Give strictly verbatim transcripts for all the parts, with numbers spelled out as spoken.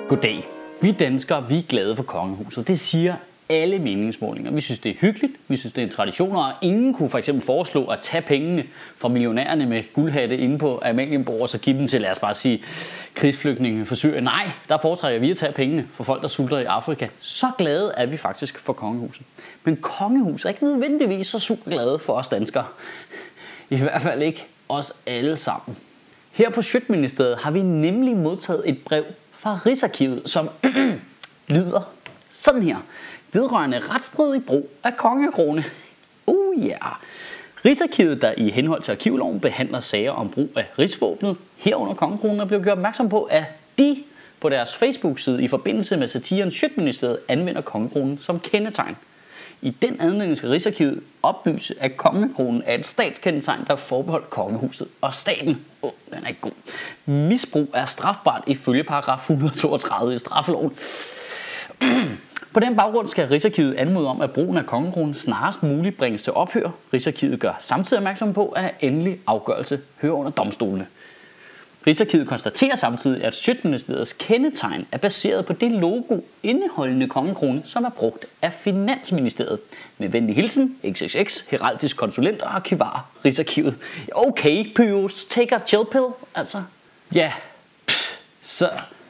Goddag. Vi danskere, vi er glade for kongehuset. Det siger alle meningsmålinger. Vi synes, det er hyggeligt, vi synes, det er en tradition, og ingen kunne for eksempel foreslå at tage pengene fra millionærerne med guldhatte inde på Amalienborg og så give dem til, lad os bare sige, krigsflygtninge for Syrien. Nej, der foretrækker vi at tage pengene for folk, der sulter i Afrika. Så glade er vi faktisk for kongehuset. Men kongehuset er ikke nødvendigvis så super glade for os danskere. I hvert fald ikke os alle sammen. Her på Sjøtministeriet har vi nemlig modtaget et brev fra Rigsarkivet, som lyder sådan her. Vedrørende retsstridig brug af kongekrone. Uh ja. Yeah. Rigsarkivet, der i henhold til arkivloven behandler sager om brug af rigsvåbnet, herunder kongekronen, er blevet gjort opmærksom på, at de på deres Facebook-side i forbindelse med satiren Sjøtministeriet anvender kongekronen som kendetegn. I den anledning skal Rigsarkivet oplyse, at kongekronen er et statskendetegn, der er forbeholdt kongehuset og staten. Åh, oh, den er ikke god. Misbrug er strafbart ifølge paragraf et hundrede og toogtredive i straffeloven. På den baggrund skal Rigsarkivet anmode om, at brugen af kongekronen snarest muligt bringes til ophør. Rigsarkivet gør samtidig opmærksom på, at endelig afgørelse hører under domstolene. Rigsarkivet konstaterer samtidig, at Sjøtministeriets kendetegn er baseret på det logo indeholdende kongekrone, som er brugt af Finansministeriet. Med venlig hilsen, X X X, heraldisk konsulent og arkivar, Rigsarkivet. Okay, Pyrus, take a chill pill, altså. Ja, pff, så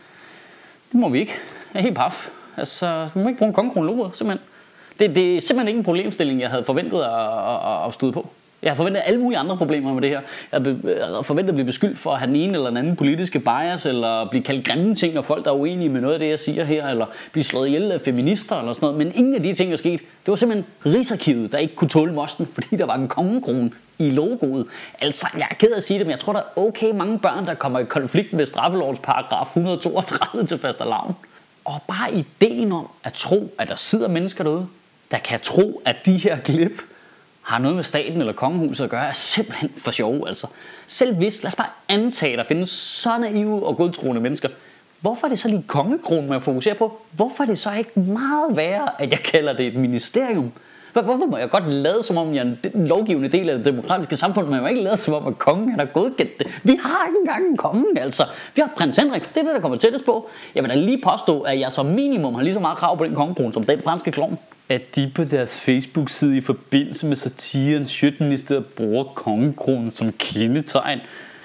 det må vi ikke. Jeg er helt paf. Altså, man må ikke bruge en kongekrone logo, simpelthen. Det, det er simpelthen ikke en problemstilling, jeg havde forventet at, at, at støde på. Jeg har forventet alle mulige andre problemer med det her. Jeg har forventet at blive beskyldt for at have den ene eller den anden politiske bias, eller blive kaldt grimme ting af folk, der er uenige med noget af det, jeg siger her, eller blive slået ihjel af feminister eller sådan noget. Men ingen af de ting er sket. Det var simpelthen Rigsarkivet, der ikke kunne tåle mosten, fordi der var en kongekrone i logoet. Altså, jeg er ked af at sige det, men jeg tror, der er okay mange børn, der kommer i konflikt med straffelovens paragraf et hundrede og toogtredive til fastelavn. Og bare ideen om at tro, at der sidder mennesker derude, der kan tro, at de her klip har noget med staten eller kongehuset at gøre, er simpelthen for sjov, altså. Selv hvis, lad os bare antage, at der findes så naive og godtroende mennesker, hvorfor er det så lige kongekronen, man fokuserer på? Hvorfor er det så ikke meget værre, at jeg kalder det et ministerium? Hvorfor må jeg godt lade, som om jeg er en lovgivende del af det demokratiske samfund, men jeg må ikke lade, som om at kongen er godkendt det? Vi har ikke engang en konge, altså. Vi har prins Henrik, det er det, der kommer tættest på. Jeg vil da lige påstå, at jeg som minimum har lige så meget krav på den kongekrone, som den franske klovn. At de på deres Facebook-side i forbindelse med satiren Sjøtministeriet bruger kongekronen som kendetegn.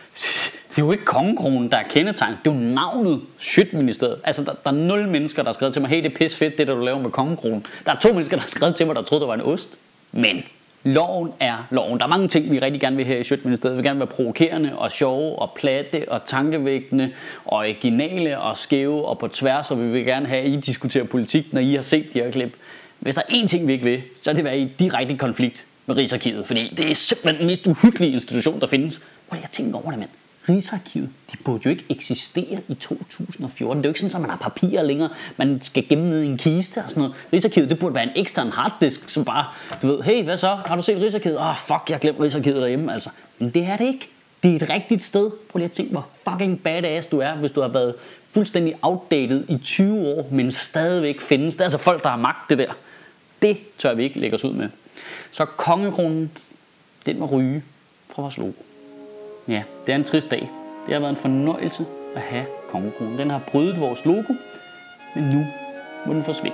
Det er jo ikke kongekronen, der er kendetegn. Det er jo navnet Sjøtministeriet. Altså, der, der er nul mennesker, der har skrevet til mig, hey, det er pisse fedt, det der du laver med kongekronen. Der er to mennesker, der har skrevet til mig, der troede, der var en ost. Men loven er loven. Der er mange ting, vi rigtig gerne vil have i Sjøtministeriet. Vi vil gerne være provokerende og sjove og platte og tankevækkende og originale og skæve og på tværs. Og vi vil gerne have, at I diskuterer politik, når I har set de her klip. Hvis der er én ting, vi ikke vil, så er det at være i direkte konflikt med Rigsarkivet. Fordi det er simpelthen den mest uhyggelige institution, der findes. Prøv lige at tænke over det, mand. Rigsarkivet, de burde jo ikke eksistere i to tusind og fjorten. Det er jo ikke sådan, at man har papirer længere. Man skal gemme ned i en kiste og sådan noget. Rigsarkivet, det burde være en ekstern harddisk, som bare, du ved, hey, hvad så? Har du set Rigsarkivet? Åh, oh, fuck, jeg glemte Rigsarkivet derhjemme, altså. Men det er det ikke. Det er et rigtigt sted. Prøv lige at tænke, hvor fucking badass du er, hvis du har været fuldstændig outdated i tyve år, men stadigvæk findes. Det er altså folk, der har magt, det der. Det tør vi ikke lægge os ud med. Så kongekronen, den må ryge fra vores logo. Ja, det er en trist dag. Det har været en fornøjelse at have kongekronen. Den har brydet vores logo, men nu må den forsvinde.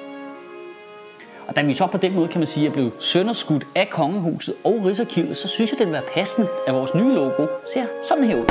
Og da vi så på den måde, kan man sige, er blevet sønderskudt af kongehuset og Rigsarkivet, så synes jeg, det vil være passende, at vores nye logo ser sådan her ud.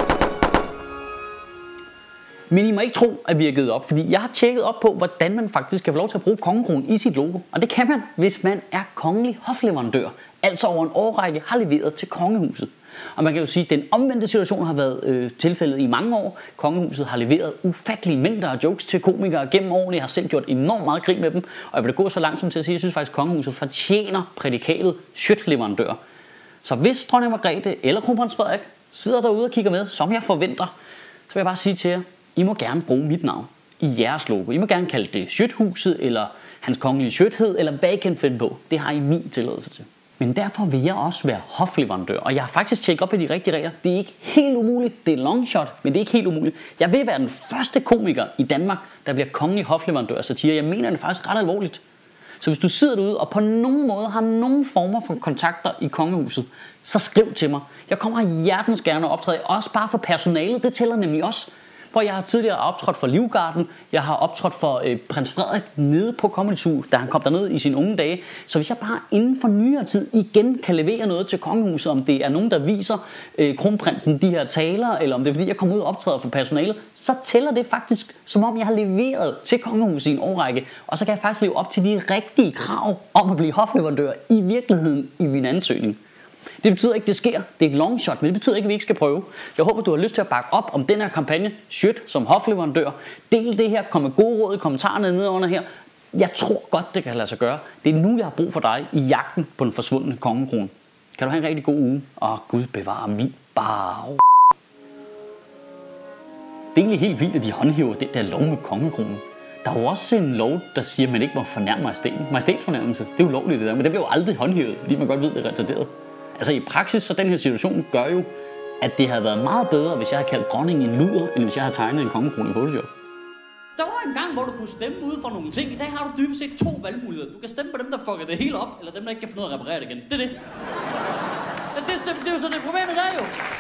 Men I må ikke tro, at vi har givet op, fordi jeg har tjekket op på, hvordan man faktisk kan få lov til at bruge kongekronen i sit logo. Og det kan man, hvis man er kongelig hofleverandør, altså over en årrække har leveret til kongehuset. Og man kan jo sige, at den omvendte situation har været øh, tilfældet i mange år. Kongehuset har leveret ufattelige mængder af jokes til komikere gennem årene. Jeg har selv gjort enormt meget grin med dem, og jeg vil gå så langt som til at sige, at jeg synes faktisk, at kongehuset fortjener prædikatet Sjøtleverandør. Så hvis dronning Margrethe eller kronprins Frederik sidder derude og kigger med, som jeg forventer, så vil jeg bare sige til jer, I må gerne bruge mit navn i jeres logo. I må gerne kalde det Sjøthuset, eller Hans Kongelige Sjøthed, eller hvad I kan finde på. Det har I min tilladelse til. Men derfor vil jeg også være hofleverandør, og jeg har faktisk tjekket op på de rigtige regler. Det er ikke helt umuligt, det er long shot, men det er ikke helt umuligt. Jeg vil være den første komiker i Danmark, der bliver kongelig hofleverandør af satire. Jeg mener det faktisk ret alvorligt. Så hvis du sidder derude og på nogen måde har nogen former for kontakter i kongehuset, så skriv til mig. Jeg kommer hjertens gerne og optræde, også bare for personalet, det tæller nemlig også. For jeg har tidligere optrådt for Livgarden, jeg har optrådt for øh, prins Frederik nede på Comedy Zoo, da han kom derned i sine unge dage. Så hvis jeg bare inden for nyere tid igen kan levere noget til kongehuset, om det er nogen, der viser øh, kronprinsen de her taler, eller om det er fordi, jeg kommer ud og optræder for personalet, så tæller det faktisk, som om jeg har leveret til kongehuset i en årrække. Og så kan jeg faktisk leve op til de rigtige krav om at blive hofleverandør i virkeligheden i min ansøgning. Det betyder ikke, det sker. Det er et long shot, men det betyder ikke, at vi ikke skal prøve. Jeg håber, du har lyst til at bakke op om den her kampagne. Shit som hofleverandør. Del det her. Kom med gode råd i kommentarerne nede under her. Jeg tror godt, det kan lade sig gøre. Det er nu, jeg har brug for dig i jagten på den forsvundne kongekrone. Kan du have en rigtig god uge? Og Gud bevare min bag. Det er egentlig helt vildt, at de håndhæver den der lov med kongekronen. Der er jo også en lov, der siger, at man ikke må fornærme majestæten. Majestætsfornærmelse, det er jo lovligt det der, men det bliver jo aldrig håndhævet, fordi man godt ved, det er retarderet. Altså i praksis, så den her situation gør jo, at det havde været meget bedre, hvis jeg havde kaldt dronningen en luder, end hvis jeg havde tegnet en kongekrone i Photoshop. Der var en gang, hvor du kunne stemme ud for nogle ting. I dag har du dybest set to valgmuligheder. Du kan stemme på dem, der fucker det hele op, eller dem, der ikke kan finde ud af at reparere det igen. Det er det. Det, det, det er jo så det problemet der jo.